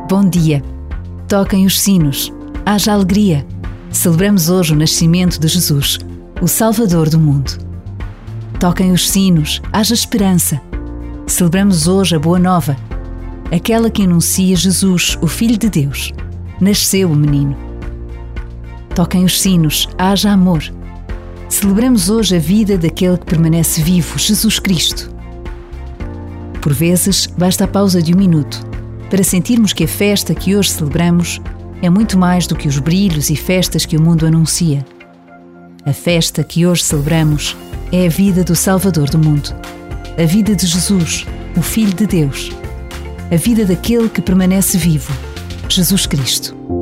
Bom dia. Toquem os sinos. Haja alegria. Celebramos hoje o nascimento de Jesus, o Salvador do mundo. Toquem os sinos. Haja esperança. Celebramos hoje a Boa Nova, aquela que anuncia Jesus, o Filho de Deus. Nasceu o menino. Toquem os sinos. Haja amor. Celebramos hoje a vida daquele que permanece vivo, Jesus Cristo. Por vezes, basta a pausa de um minuto para sentirmos que a festa que hoje celebramos é muito mais do que os brilhos e festas que o mundo anuncia. A festa que hoje celebramos é a vida do Salvador do mundo, a vida de Jesus, o Filho de Deus, a vida daquele que permanece vivo, Jesus Cristo.